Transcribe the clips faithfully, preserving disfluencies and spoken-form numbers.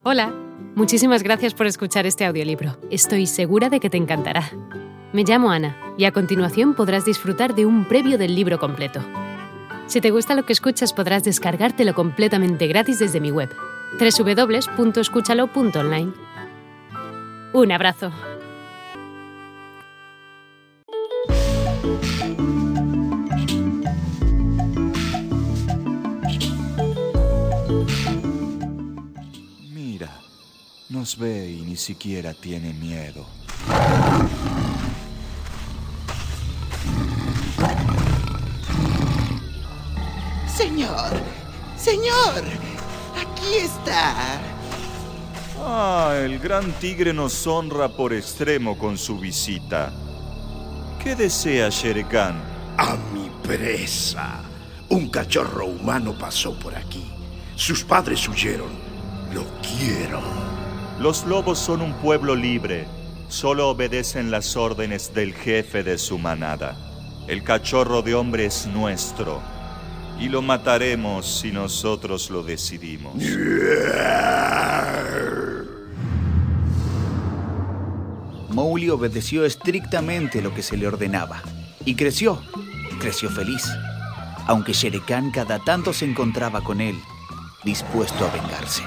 Hola, muchísimas gracias por escuchar este audiolibro. Estoy segura de que te encantará. Me llamo Ana y a continuación podrás disfrutar de un previo del libro completo. Si te gusta lo que escuchas podrás descargártelo completamente gratis desde mi web, doble u doble u doble u punto escúchalo punto online. Un abrazo. Nos ve y ni siquiera tiene miedo. Señor, señor, aquí está. Ah, el gran tigre nos honra por extremo con su visita. ¿Qué desea Shere Khan? A mi presa. Un cachorro humano pasó por aquí. Sus padres huyeron. Lo quiero. Los lobos son un pueblo libre. Solo obedecen las órdenes del jefe de su manada. El cachorro de hombre es nuestro. Y lo mataremos si nosotros lo decidimos. Mowgli obedeció estrictamente lo que se le ordenaba. Y creció. Creció feliz. Aunque Shere Khan cada tanto se encontraba con él, dispuesto a vengarse.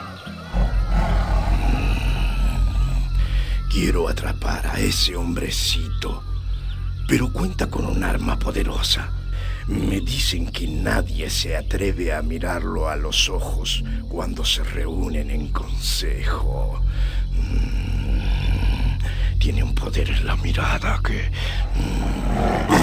Quiero atrapar a ese hombrecito, pero cuenta con un arma poderosa. Me dicen que nadie se atreve a mirarlo a los ojos cuando se reúnen en consejo. Mm, tiene un poder en la mirada que... Mm.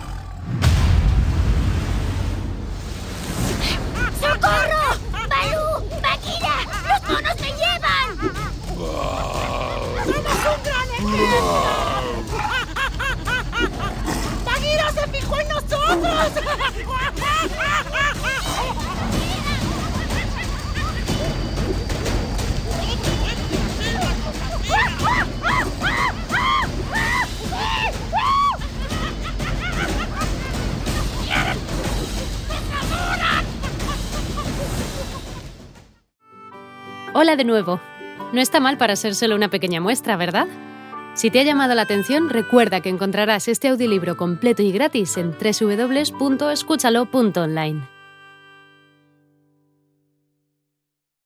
¡Socorro! ¡Balú! ¡Bagheera! ¡Los monos me llevan! ¡Somos un gran ejército! ¡Bagheera se fijó en nosotros! Hola de nuevo. No está mal para ser solo una pequeña muestra, ¿verdad? Si te ha llamado la atención, recuerda que encontrarás este audiolibro completo y gratis en doble u doble u doble u punto escúchalo punto online.